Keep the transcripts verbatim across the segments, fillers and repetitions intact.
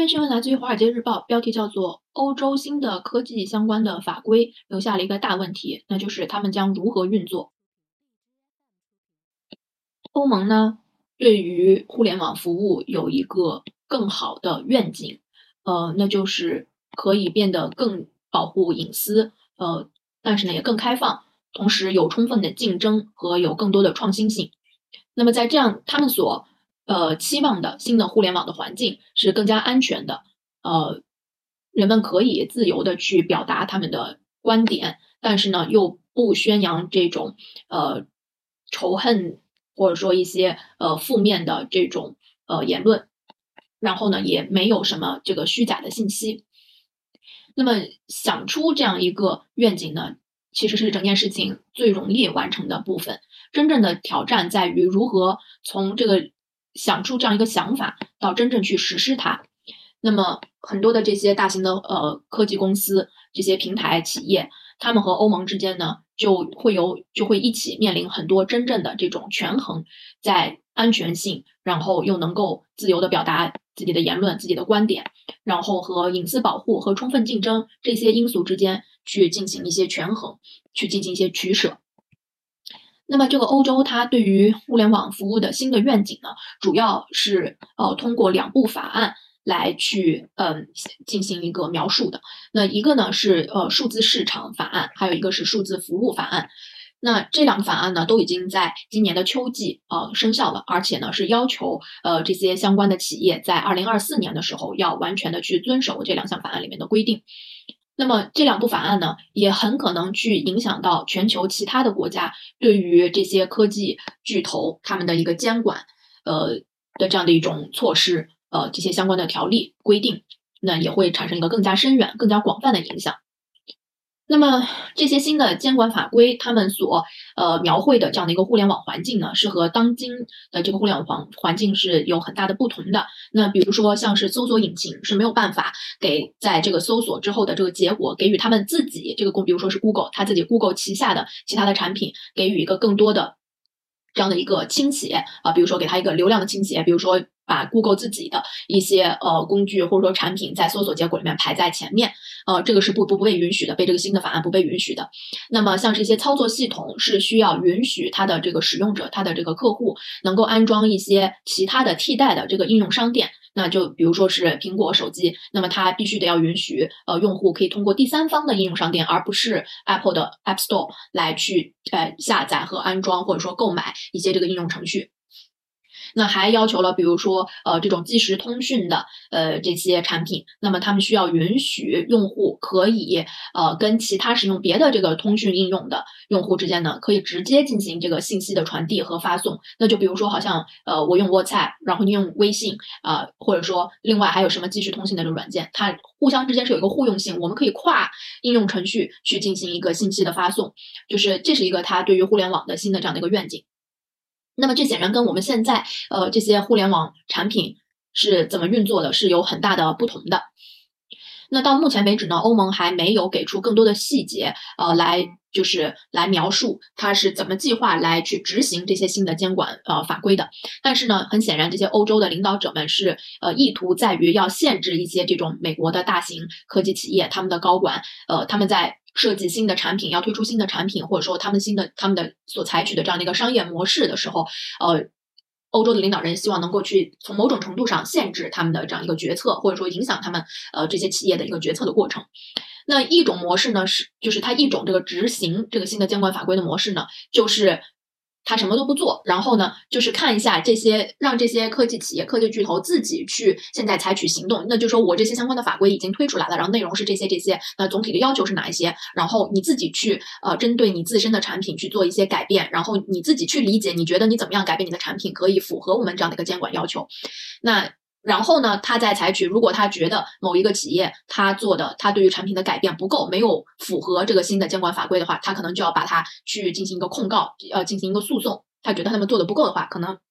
篇新闻来自于《华尔街日报》，标题叫做“欧洲新的科技相关的法规留下了一个大问题，那就是他们将如何运作。”欧盟呢，对于互联网服务有一个更好的愿景，呃，那就是可以变得更保护隐私，呃，但是呢也更开放，同时有充分的竞争和有更多的创新性。那么在这样他们所呃期望的新的互联网的环境是更加安全的，呃，人们可以自由的去表达他们的观点，但是呢又不宣扬这种呃仇恨或者说一些呃负面的这种呃言论，然后呢也没有什么这个虚假的信息。那么想出这样一个愿景呢，其实是整件事情最容易完成的部分。真正的挑战在于如何从这个想出这样一个想法到真正去实施它。那么很多的这些大型的呃科技公司、这些平台企业，他们和欧盟之间呢，就会有就会一起面临很多真正的这种权衡，在安全性，然后又能够自由的表达自己的言论、自己的观点，然后和隐私保护和充分竞争这些因素之间去进行一些权衡，去进行一些取舍。那么这个欧洲它对于互联网服务的新的愿景呢，主要是呃通过两部法案来去嗯、呃、进行一个描述的。那一个呢是呃数字市场法案，还有一个是数字服务法案。那这两个法案呢，都已经在今年的秋季呃生效了，而且呢是要求呃这些相关的企业在二零二四年的时候要完全的去遵守这两项法案里面的规定。那么这两部法案呢，也很可能去影响到全球其他的国家对于这些科技巨头他们的一个监管，呃的这样的一种措施，呃这些相关的条例规定，那也会产生一个更加深远、更加广泛的影响。那么这些新的监管法规，他们所呃描绘的这样的一个互联网环境呢，是和当今的这个互联网环环境是有很大的不同的。那比如说像是搜索引擎是没有办法给在这个搜索之后的这个结果给予他们自己这个公，比如说是 Google， 他自己 Google 旗下的其他的产品给予一个更多的这样的一个倾斜啊、呃，比如说给它一个流量的倾斜，比如说把 Google 自己的一些呃工具或者说产品在搜索结果里面排在前面，呃，这个是不不不被允许的，被这个新的法案不被允许的。那么像这些操作系统是需要允许它的这个使用者、它的这个客户能够安装一些其他的替代的这个应用商店。那就比如说是苹果手机，那么它必须得要允许呃用户可以通过第三方的应用商店，而不是 Apple 的 App Store 来去呃下载和安装或者说购买一些这个应用程序。那还要求了，比如说，呃，这种即时通讯的，呃，这些产品，那么他们需要允许用户可以，呃，跟其他使用别的这个通讯应用的用户之间呢，可以直接进行这个信息的传递和发送。那就比如说，好像，呃，我用 WhatsApp，然后你用微信，啊、呃，或者说另外还有什么即时通信的这个软件，它互相之间是有一个互用性，我们可以跨应用程序去进行一个信息的发送，就是这是一个它对于互联网的新的这样的一个愿景。那么这显然跟我们现在呃这些互联网产品是怎么运作的是有很大的不同的。那到目前为止呢，欧盟还没有给出更多的细节，呃，来就是来描述它是怎么计划来去执行这些新的监管呃法规的。但是呢，很显然这些欧洲的领导者们是呃意图在于要限制一些这种美国的大型科技企业他们的高管，呃，他们在设计新的产品，要推出新的产品，或者说他们新的他们的所采取的这样的一个商业模式的时候，呃，欧洲的领导人希望能够去从某种程度上限制他们的这样一个决策，或者说影响他们呃这些企业的一个决策的过程。那一种模式呢是，就是它一种这个执行这个新的监管法规的模式呢，就是他什么都不做，然后呢，就是看一下这些，让这些科技企业、科技巨头自己去现在采取行动。那就是说我这些相关的法规已经推出来了，然后内容是这些这些，那总体的要求是哪一些？然后你自己去呃针对你自身的产品去做一些改变，然后你自己去理解，你觉得你怎么样改变你的产品可以符合我们这样的一个监管要求？那然后呢，他再采取，如果他觉得某一个企业他做的，他对于产品的改变不够，没有符合这个新的监管法规的话，他可能就要把它去进行一个控告，呃，进行一个诉讼。他觉得他们做的不够的话，可能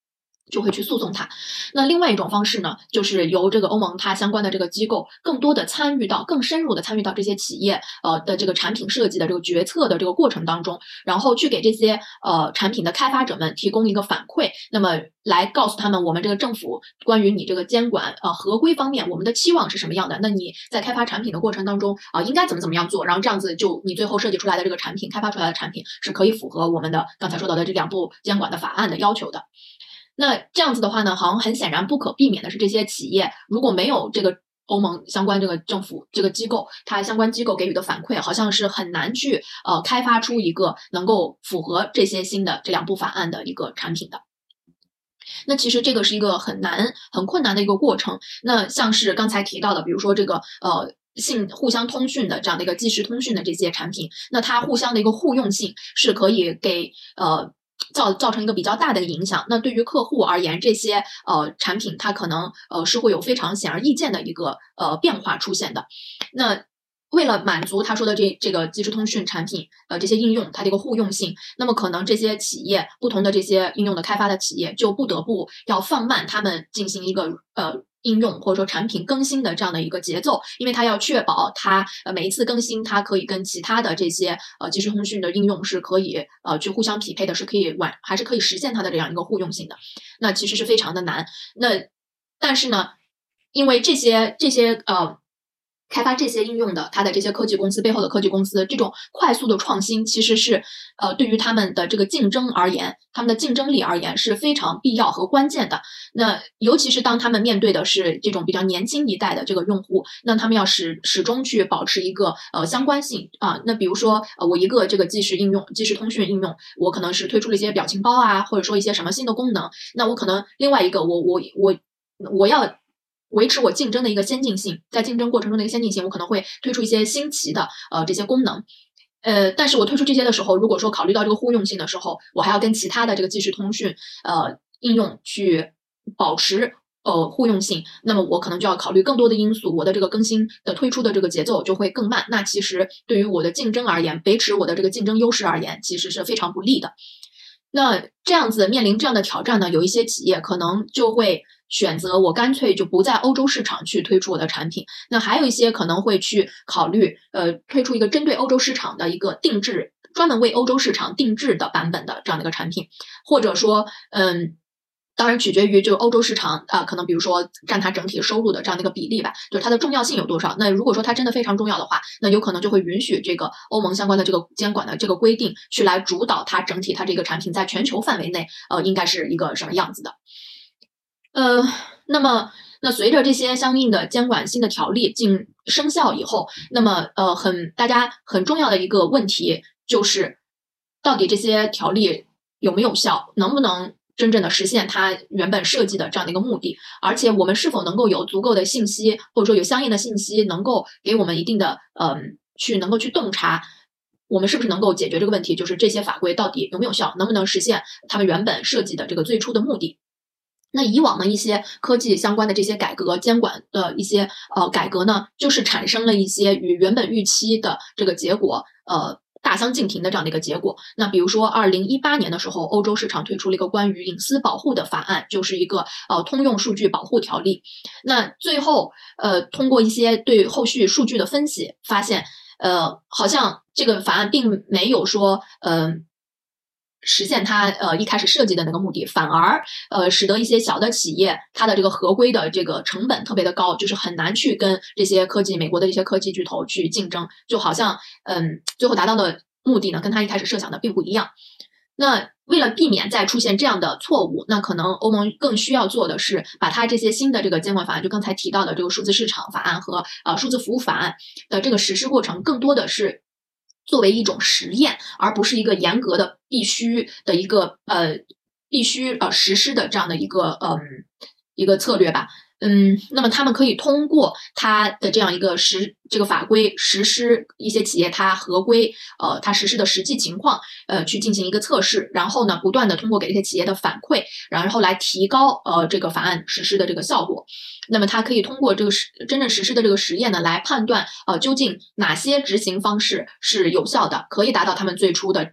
就会去诉讼它。那另外一种方式呢，就是由这个欧盟它相关的这个机构更多的参与到、更深入的参与到这些企业呃的这个产品设计的这个决策的这个过程当中，然后去给这些呃产品的开发者们提供一个反馈，那么来告诉他们我们这个政府关于你这个监管呃合规方面我们的期望是什么样的，那你在开发产品的过程当中啊、呃、应该怎么怎么样做，然后这样子就你最后设计出来的这个产品、开发出来的产品是可以符合我们的刚才说到的这两部监管的法案的要求的。那这样子的话呢，好像很显然不可避免的是，这些企业如果没有这个欧盟相关这个政府这个机构，它相关机构给予的反馈，好像是很难去呃开发出一个能够符合这些新的这两部法案的一个产品的。那其实这个是一个很难、很困难的一个过程。那像是刚才提到的，比如说这个呃。信互相通讯的这样的一个即时通讯的这些产品，那它互相的一个互用性是可以给呃造造成一个比较大的影响。那对于客户而言，这些呃产品它可能呃是会有非常显而易见的一个呃变化出现的。那为了满足他说的这这个即时通讯产品呃这些应用它的一个互用性，那么可能这些企业不同的这些应用的开发的企业就不得不要放慢他们进行一个呃应用或者说产品更新的这样的一个节奏，因为它要确保它呃每一次更新它可以跟其他的这些呃即时通讯的应用是可以呃去互相匹配的，是可以完还是可以实现它的这样一个互用性的。那其实是非常的难。那但是呢，因为这些这些呃开发这些应用的它的这些科技公司背后的科技公司，这种快速的创新其实是呃对于他们的这个竞争而言，他们的竞争力而言是非常必要和关键的。那尤其是当他们面对的是这种比较年轻一代的这个用户，那他们要始始终去保持一个呃相关性啊。那比如说呃我一个这个即时应用、即时通讯应用，我可能是推出了一些表情包啊，或者说一些什么新的功能，那我可能另外一个我我我我要维持我竞争的一个先进性，在竞争过程中的一个先进性，我可能会推出一些新奇的呃这些功能。呃，但是我推出这些的时候，如果说考虑到这个互用性的时候，我还要跟其他的这个即时通讯呃应用去保持呃互用性，那么我可能就要考虑更多的因素，我的这个更新的推出的这个节奏就会更慢。那其实对于我的竞争而言，维持我的这个竞争优势而言，其实是非常不利的。那这样子面临这样的挑战呢，有一些企业可能就会选择我干脆就不在欧洲市场去推出我的产品。那还有一些可能会去考虑呃推出一个针对欧洲市场的一个定制，专门为欧洲市场定制的版本的这样的一个产品，或者说嗯当然取决于这个欧洲市场啊、呃，可能比如说占它整体收入的这样的一个比例吧，就是它的重要性有多少。那如果说它真的非常重要的话，那有可能就会允许这个欧盟相关的这个监管的这个规定去来主导它整体它这个产品在全球范围内呃应该是一个什么样子的。呃，那么那随着这些相应的监管新的条例进生效以后，那么呃很大家很重要的一个问题就是，到底这些条例有没有效，能不能真正的实现它原本设计的这样的一个目的，而且我们是否能够有足够的信息，或者说有相应的信息能够给我们一定的呃去能够去洞察我们是不是能够解决这个问题，就是这些法规到底有没有效，能不能实现他们原本设计的这个最初的目的。那以往的一些科技相关的这些改革监管的一些呃改革呢，就是产生了一些与原本预期的这个结果呃大相径庭的这样的一个结果。那比如说二零一八年的时候，欧洲市场推出了一个关于隐私保护的法案，就是一个呃通用数据保护条例。那最后呃通过一些对后续数据的分析，发现呃好像这个法案并没有说嗯。呃实现它呃一开始设计的那个目的，反而呃使得一些小的企业它的这个合规的这个成本特别的高，就是很难去跟这些科技美国的这些科技巨头去竞争，就好像嗯最后达到的目的呢跟他一开始设想的并不一样。那为了避免再出现这样的错误，那可能欧盟更需要做的是把它这些新的这个监管法案，就刚才提到的这个数字市场法案和呃数字服务法案的这个实施过程，更多的是作为一种实验，而不是一个严格的必须的一个呃必须呃实施的这样的一个嗯、呃、一个策略吧。嗯，那么他们可以通过它的这样一个实这个法规实施，一些企业它合规呃它实施的实际情况呃去进行一个测试，然后呢不断的通过给这些企业的反馈，然后来提高呃这个法案实施的这个效果。那么它可以通过这个实真正实施的这个实验呢，来判断呃究竟哪些执行方式是有效的，可以达到他们最初的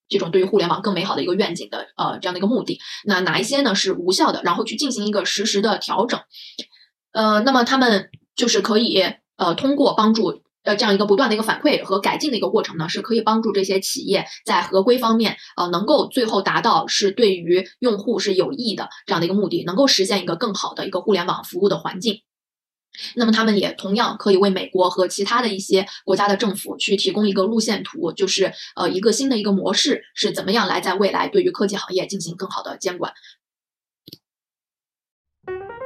这种对于互联网更美好的一个愿景的呃这样的一个目的。那哪一些呢是无效的，然后去进行一个实时的调整。呃，那么他们就是可以呃通过帮助呃这样一个不断的一个反馈和改进的一个过程呢，是可以帮助这些企业在合规方面呃能够最后达到是对于用户是有益的这样的一个目的，能够实现一个更好的一个互联网服务的环境。那么他们也同样可以为美国和其他的一些国家的政府去提供一个路线图，就是呃一个新的一个模式是怎么样来在未来对于科技行业进行更好的监管。